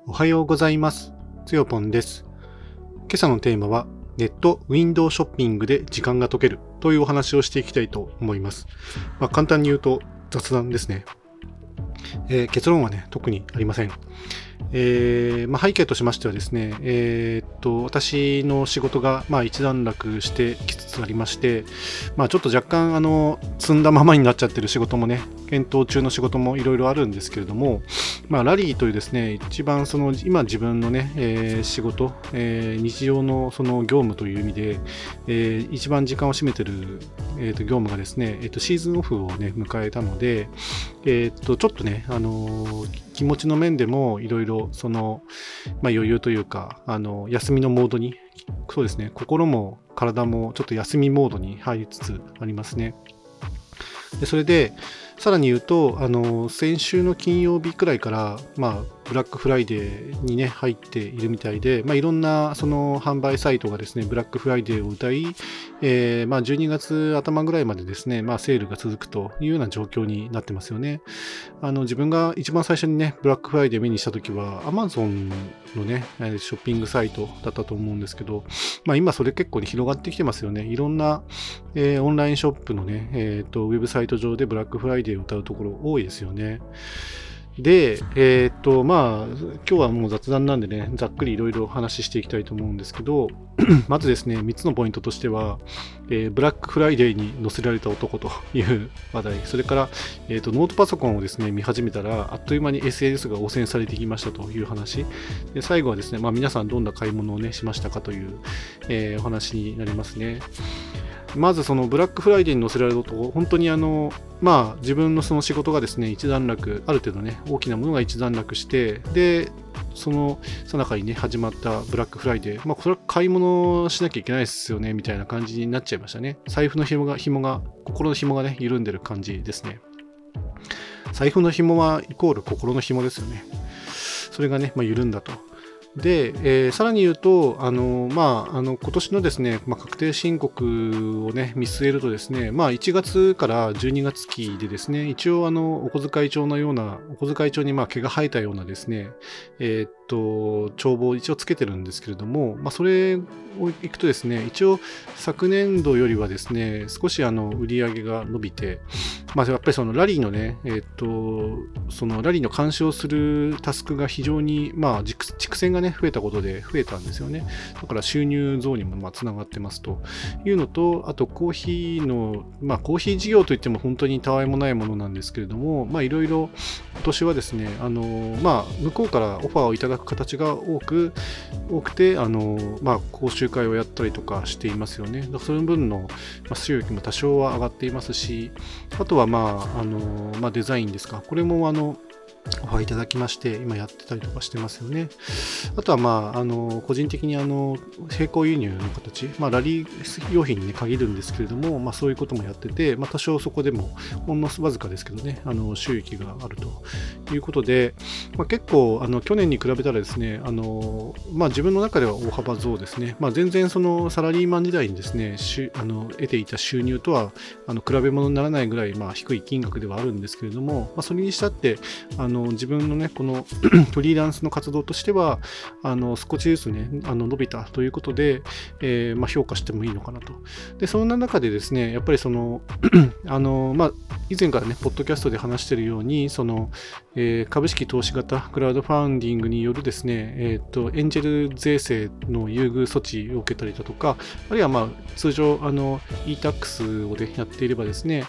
おはようございます。つよぽんです。今朝のテーマは、ネットウィンドウショッピングで時間が解けるというお話をしていきたいと思います。簡単に言うと雑談ですね。結論はね、特にありません。背景としましてはですね、私の仕事が一段落してきつつありまして、ちょっと若干積んだままになっちゃってる仕事もね、検討中の仕事もいろいろあるんですけれども、ラリーというですね、一番今自分のね、仕事、日常のその業務という意味で、一番時間を占めてる、業務がですね、シーズンオフをね、迎えたので、ちょっとね、気持ちの面でもいろいろ余裕というか、休みのモードに、そうですね、心も体もちょっと休みモードに入りつつありますね。でそれで、さらに言うと、先週の金曜日くらいから、ブラックフライデーにね、入っているみたいで、いろんなその販売サイトがですね、ブラックフライデーを謳い、12月頭ぐらいまでですね、セールが続くというような状況になってますよね。自分が一番最初にね、ブラックフライデー目にしたときは、Amazon のね、ショッピングサイトだったと思うんですけど、今それ結構に広がってきてますよね。いろんな、オンラインショップのね、ウェブサイト上でブラックフライデーを謳うところ多いですよね。で、今日はもう雑談なんでね、ざっくりいろいろ話していきたいと思うんですけど、まずですね、3つのポイントとしては、ブラックフライデーに載せられた男という話題、それから、ノートパソコンをですね、見始めたら、あっという間に SNS が汚染されてきましたという話、で最後はですね、皆さんどんな買い物をね、しましたかという、お話になりますね。まずそのブラックフライデーに載せられると、本当に自分のその仕事がですね、一段落、ある程度ね、大きなものが一段落して、で、その最中にね、始まったブラックフライデー、これは買い物しなきゃいけないですよね、みたいな感じになっちゃいましたね。財布の心の紐がね、緩んでる感じですね。財布の紐はイコール心の紐ですよね。それがね、緩んだと。で、さらに言うと、今年のですね、確定申告をね、見据えるとですね、1月から12月期でですね、一応お小遣い帳のような、お小遣い帳に毛が生えたようなですね、帳簿を一応つけてるんですけれども、それをいくとですね、一応昨年度よりはですね、少し売り上げが伸びて、やっぱりそのラリーのね、そのラリーの監視をするタスクが非常に、蓄積がね、増えたことで増えたんですよね。だから収入増にもつながってますというのと、あとコーヒーの、コーヒー事業といっても本当にたわいもないものなんですけれども、いろいろ今年はですね、向こうからオファーをいただく形が多くて、講習会をやったりとかしていますよね。だからその分の収益も多少は上がっていますし、あとはデザインですか。これもオファーいただきまして、今やってたりとかしてますよね。あとは、個人的に並行輸入の形、ラリー用品に、限るんですけれども、そういうこともやってて、多少そこでも、ほんのわずかですけどね、収益があるということで、結構、去年に比べたらですね、自分の中では大幅増ですね。全然そのサラリーマン時代にですね、得ていた収入とは、比べ物にならないぐらい、低い金額ではあるんですけれども、それにしたって、自分のね、このフリーランスの活動としては、少しずつね、伸びたということで、評価してもいいのかなと。で、そんな中でですね、やっぱり以前からね、ポッドキャストで話しているように、株式投資型クラウドファンディングによるですね、エンジェル税制の優遇措置を受けたりだとか、あるいは通常、e-tax をやっていればですね、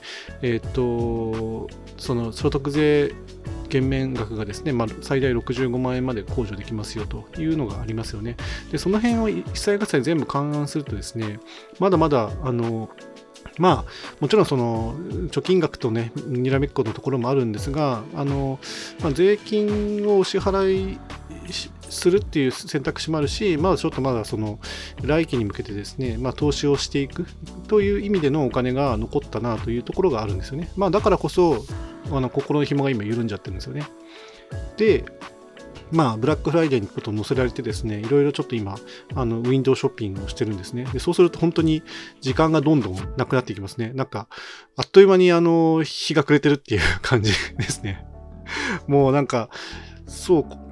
その所得税減免額がですね、最大65万円まで控除できますよというのがありますよね。で、その辺を一切合切全部勘案するとですね、まだまだ、もちろんその貯金額とね、にらめっこのところもあるんですが、税金をお支払いするっていう選択肢もあるし、ちょっとまだその来期に向けてですね、投資をしていくという意味でのお金が残ったなというところがあるんですよね。だからこそ、心の紐が今緩んじゃってるんですよね。で、ブラックフライデーにことを載せられてですね、いろいろちょっと今、ウィンドウショッピングをしてるんですね。で、そうすると本当に時間がどんどんなくなっていきますね。なんか、あっという間に日が暮れてるっていう感じですね。もうなんか、そう、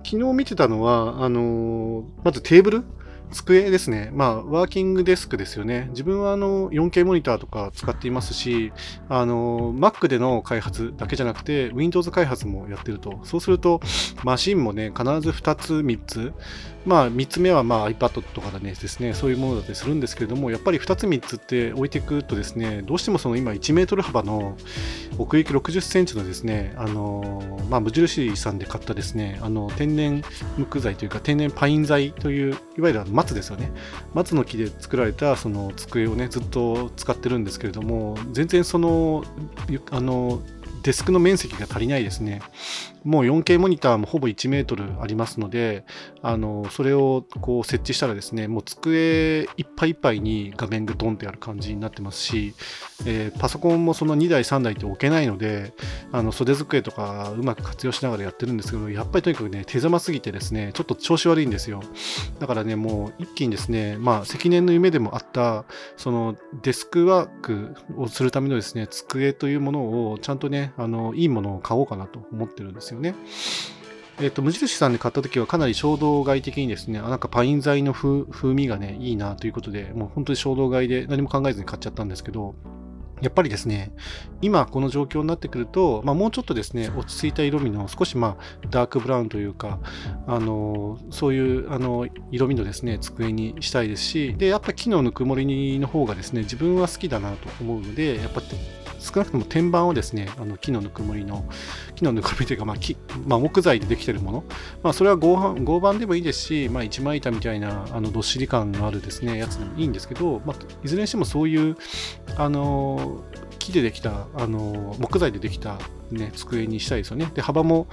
昨日見てたのは、まずテーブル机ですね。ワーキングデスクですよね。自分は4K モニターとか使っていますし、Mac での開発だけじゃなくて、Windows 開発もやってると。そうすると、マシンもね、必ず2つ、3つ。3つ目はiPad とかですね、そういうものだったりするんですけれども、やっぱり2つ、3つって置いていくとですね、どうしてもその今1メートル幅の奥行き60センチのですね、無印さんで買ったですね、天然木材というか天然パイン材という、いわゆる松ですよね。松の木で作られたその机をね、ずっと使ってるんですけれども、全然その、デスクの面積が足りないですね。もう 4K モニターもほぼ1メートルありますので、それをこう設置したらですね、もう机いっぱいいっぱいに画面がドンってある感じになってますし、パソコンもその2台3台って置けないので、袖机とかうまく活用しながらやってるんですけど、やっぱりとにかくね、手狭すぎてですね、ちょっと調子悪いんですよ。だからね、もう一気にですね、積年の夢でもあった、そのデスクワークをするためのですね、机というものをちゃんとね、いいものを買おうかなと思ってるんですよね。無印さんで買った時はかなり衝動買い的にですね、なんかパイン材の風味がね、いいなということで、もう本当に衝動買いで何も考えずに買っちゃったんですけど、やっぱりですね、今この状況になってくると、もうちょっとですね、落ち着いた色味の少しダークブラウンというか、そういう色味のですね、机にしたいですし、で、やっぱり木のぬくもりの方がですね、自分は好きだなと思うので、やっぱ少なくとも天板をですね、木のぬくもりというか、木材でできているもの、それは合板でもいいですし、一枚板みたいなどっしり感のあるですね、やつでもいいんですけど、いずれにしてもそういう木でできた木材でできた、ね、机にしたいですよね。で、幅も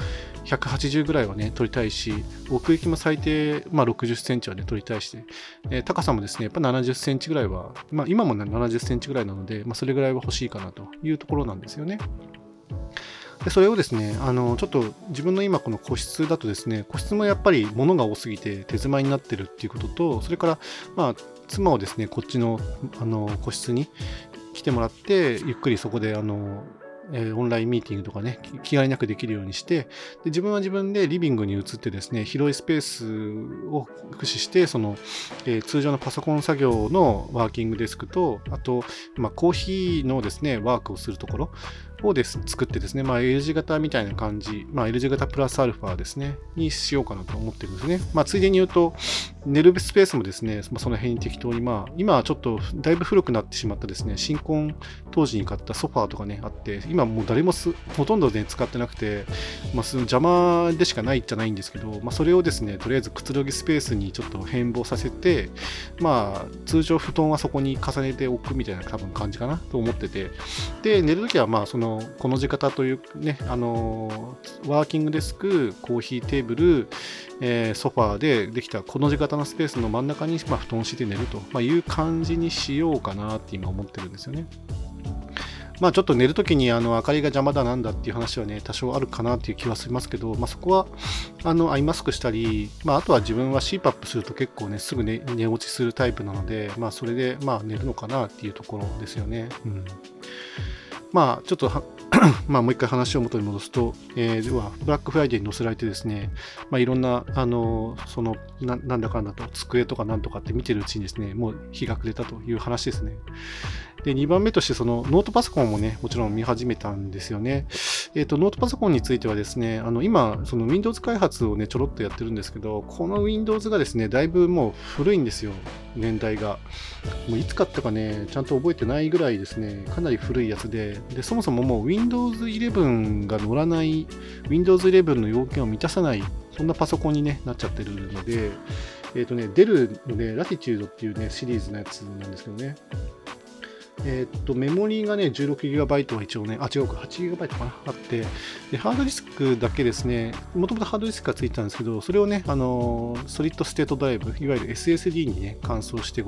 180ぐらいはね取りたいし、奥行きも最低、60センチはね取りたいし、高さもですねやっぱ70センチぐらいは、今もね70センチぐらいなので、それぐらいは欲しいかなというところなんですよね。でそれをですね、ちょっと自分の今この個室だとですね、個室もやっぱり物が多すぎて手狭になってるっていうことと、それから妻をですねこっちの個室に来てもらって、ゆっくりそこでオンラインミーティングとかね、気兼ねなくできるようにして、で自分は自分でリビングに移ってですね、広いスペースを駆使して、通常のパソコン作業のワーキングデスクと、あと、コーヒーのですね、ワークをするところを作ってですね、L 字型みたいな感じ、L 字型プラスアルファですね、にしようかなと思ってるんですね。ついでに言うと、寝るスペースもですね、その辺に適当に、今はちょっとだいぶ古くなってしまったですね、新婚当時に買ったソファーとかね、あって、今もう誰もほとんどね、使ってなくて、その邪魔でしかないじゃないんですけど、それをですね、とりあえずくつろぎスペースにちょっと変貌させて、通常布団はそこに重ねておくみたいな多分感じかなと思ってて、で、寝るときはこの字型というね、ワーキングデスク、コーヒーテーブル、ソファーでできたこの字型のスペースの真ん中に布団を敷いて寝るという感じにしようかなって今思ってるんですよね。ちょっと寝るときに明かりが邪魔だなんだっていう話はね、多少あるかなっていう気はしますけど、そこはアイマスクしたり、あとは自分は CPAP すると結構ね、すぐ寝落ちするタイプなので、それで寝るのかなっていうところですよね。ちょっともう一回話を元に戻すと、ではブラックフライデーに載せられてですね、いろんななんだかんだと机とかなんとかって見てるうちにですね、もう日が暮れたという話ですね。で、2番目として、ノートパソコンもね、もちろん見始めたんですよね。ノートパソコンについてはですね、今、Windows 開発をね、ちょろっとやってるんですけど、この Windows がですね、だいぶもう古いんですよ、年代が。もういつ買ったかね、ちゃんと覚えてないぐらいですね、かなり古いやつで、そもそももう Windows 11が乗らない、Windows 11の要件を満たさない、そんなパソコンに、ね、なっちゃってるので、デルのね、ラティチュードっていうね、シリーズのやつなんですけどね。メモリーがね、16GB は一応ね、違うか、8GB かな、あって、で、ハードディスクだけですね、もともとハードディスクがついてたんですけど、それをね、ソリッドステートドライブ、いわゆる SSD にね、換装して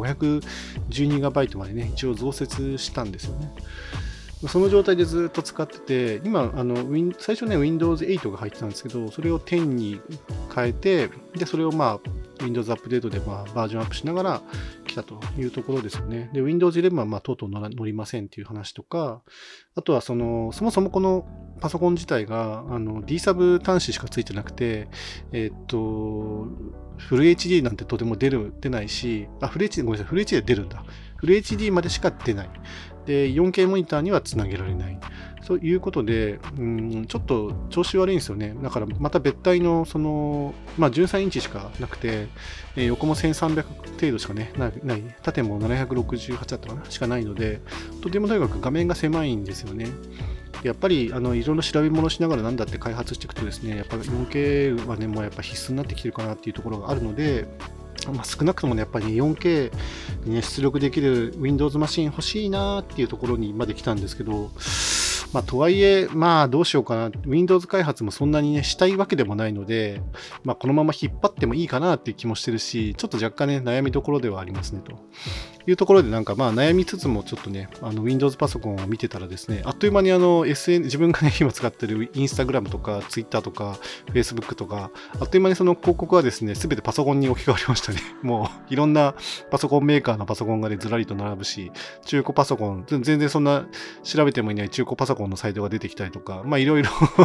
512GB までね、一応増設したんですよね。その状態でずっと使ってて、今、最初ね、Windows 8が入ってたんですけど、それを10に変えて、で、それをWindows アップデートでバージョンアップしながら、 来たというところですよね。で、Windows 11はとうとう乗りませんっていう話とか、あとはそもそもこのパソコン自体がD サブ端子しかついてなくて、フル HD なんてとても出ないし、フル HD、ごめんなさい、フル HD で出るんだ。フル HD までしか出ない。で、4K モニターにはつなげられない。そういうことで、ちょっと調子悪いんですよね。だからまた別体の13インチしかなくて、横も1300程度しかね、ない。縦も768だったかなしかないので、とにかく画面が狭いんですよね。やっぱりいろいろ調べ物しながらなんだって開発していくとですね、やっぱり 4K はね、もうやっぱ必須になってきてるかなっていうところがあるので、少なくともね、やっぱり、4K に、ね、出力できる Windows マシン欲しいなっていうところにまで来たんですけど、とはいえ、どうしようかな。Windows 開発もそんなにね、したいわけでもないので、このまま引っ張ってもいいかなっていう気もしてるし、ちょっと若干ね、悩みどころではありますね、というところで、悩みつつもちょっとね、Windows パソコンを見てたらですね、あっという間に自分がね、今使ってる Instagram とか Twitter とか Facebook とか、あっという間にその広告はですね、すべてパソコンに置き換わりましたね。もう、いろんなパソコンメーカーのパソコンがね、ずらりと並ぶし、中古パソコン、全然そんな調べてもいない中古パソコンのサイトが出てきたりとか、いろいろ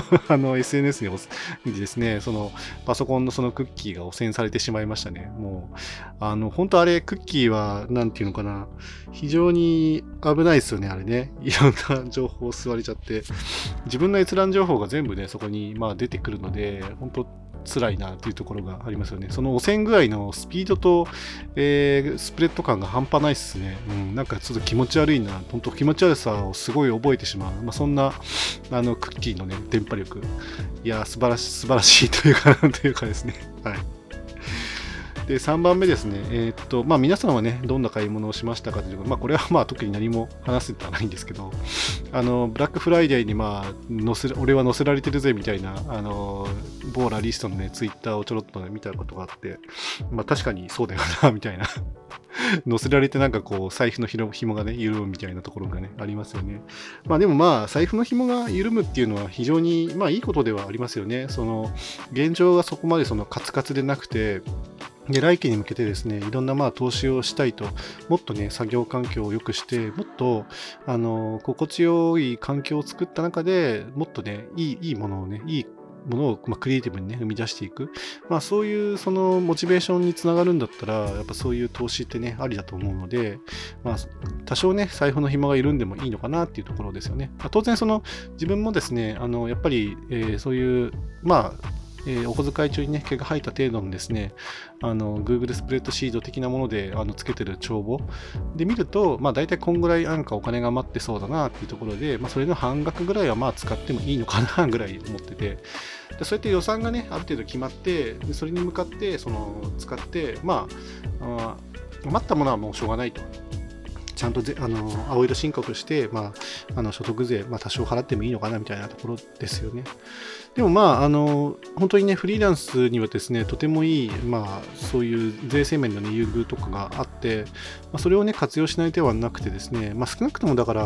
SNS にですね、そのパソコンのそのクッキーが汚染されてしまいましたね。もう、本当あれ、クッキーは、なんていうのかな、非常に危ないですよね、あれね。いろんな情報を吸われちゃって、自分の閲覧情報が全部ね、そこに出てくるので、本当辛いなっていうところがありますよね。その汚染具合のスピードと、スプレッド感が半端ないっすね。なんかちょっと気持ち悪いな。本当気持ち悪さをすごい覚えてしまう。そんな、クッキーのね、電波力。いや、素晴らしいというか、なんというかですね。はい。で、3番目ですね。皆さんはね、どんな買い物をしましたかというと、これは特に何も話せてはないんですけど、ブラックフライデーに俺は載せられてるぜみたいな、某ラリストのね、ツイッターをちょろっとね、見たことがあって、確かにそうだよな、みたいな。載せられてなんかこう、財布の紐がね、緩むみたいなところがね、ありますよね。でも財布の紐が緩むっていうのは非常に、いいことではありますよね。現状がそこまでカツカツでなくて、で来期に向けてですね、いろんな投資をしたいと、もっとね、作業環境を良くして、もっと、心地よい環境を作った中でもっとね、いいものをクリエイティブにね、生み出していく。そういうそのモチベーションにつながるんだったら、やっぱそういう投資ってね、ありだと思うので、多少ね、財布の紐が緩んでもいいのかなっていうところですよね。当然自分もですね、やっぱり、そういう、お小遣い中にね、毛が生えた程度のですね、Google スプレッドシート的なものでつけてる帳簿で見ると、大体こんぐらいなんかお金が待ってそうだなっていうところで、それの半額ぐらいは使ってもいいのかなぐらい思ってて、でそうやって予算がね、ある程度決まって、でそれに向かって使って、余ったものはもうしょうがないと。ちゃんと青色申告して、所得税、多少払ってもいいのかなみたいなところですよね。でも本当にね、フリーランスにはですね、とてもいい、そういう税制面の、ね、優遇とかがあって、それをね、活用しない手はなくてですね、少なくともだから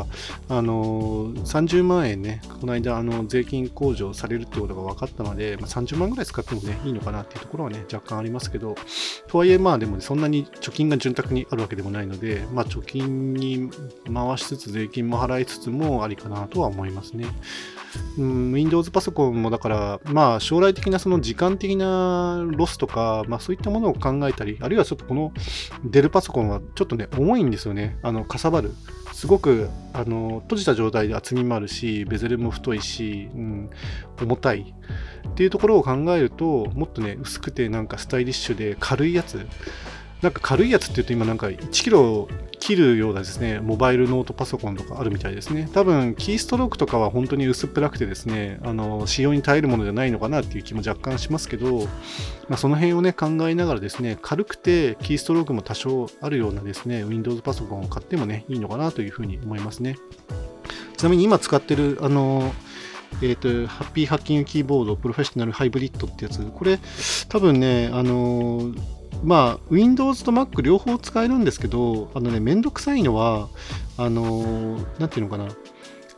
、30万円ね、この間、税金控除されるってことが分かったので、30万ぐらい使ってもね、いいのかなっていうところはね、若干ありますけど、とはいえ、でも、ね、そんなに貯金が潤沢にあるわけでもないので、貯金に回しつつ、税金も払いつつもありかなとは思いますね。Windows パソコンもだから、将来的なその時間的なロスとか、そういったものを考えたり、あるいはちょっとこのデルパソコンはちょっとね、重いんですよね。かさばる。すごく閉じた状態で厚みもあるし、ベゼルも太いし、重たいっていうところを考えると、もっとね、薄くてなんかスタイリッシュで軽いやつ。なんか軽いやつって言うと今なんか1キロ切るようなですね、モバイルノートパソコンとかあるみたいですね。多分キーストロークとかは本当に薄っぺらくてですね、使用に耐えるものじゃないのかなっていう気も若干しますけど、その辺をね、考えながらですね、軽くてキーストロークも多少あるようなですね、Windows パソコンを買ってもね、いいのかなというふうに思いますね。ちなみに今使ってるハッピーハッキングキーボードプロフェッショナルハイブリッドってやつ、これ多分ね、Windows と Mac 両方使えるんですけど、めんどくさいのは、なんていうのかな、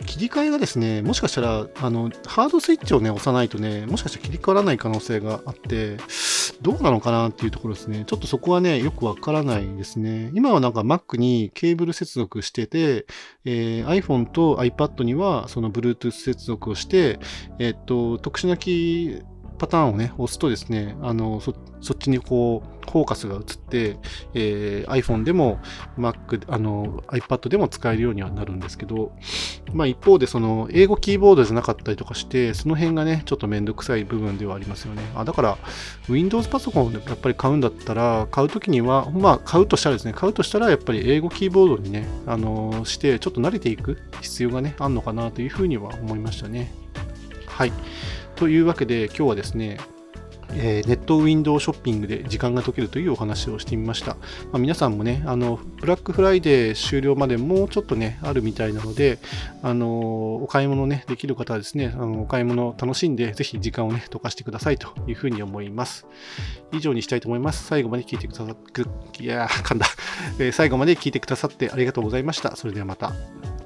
切り替えがですね、もしかしたら、ハードスイッチをね、押さないとね、もしかしたら切り替わらない可能性があって、どうなのかなっていうところですね。ちょっとそこはね、よくわからないですね。今はなんか Mac にケーブル接続してて、iPhone と iPad にはその Bluetooth 接続をして、特殊なキーパターンをね、押すとですね、そっちにこう、フォーカスが移って、iPhone でも Mac、iPad でも使えるようにはなるんですけど、まあ一方でその英語キーボードじゃなかったりとかして、その辺がね、ちょっとめんどくさい部分ではありますよね。だから、Windows パソコンをやっぱり買うんだったら、買うときには、まあ買うとしたらですね、買うとしたらやっぱり英語キーボードにね、して、ちょっと慣れていく必要がね、あるのかなというふうには思いましたね。はい。というわけで今日はですね、ネットウィンドウショッピングで時間が解けるというお話をしてみました。皆さんもね、ブラックフライデー終了までもうちょっとね、あるみたいなので、お買い物ね、できる方はですね、お買い物を楽しんで、ぜひ時間をね、溶かしてくださいというふうに思います。以上にしたいと思います。最後まで聞いてくださって、最後まで聞いてくださってありがとうございました。それではまた。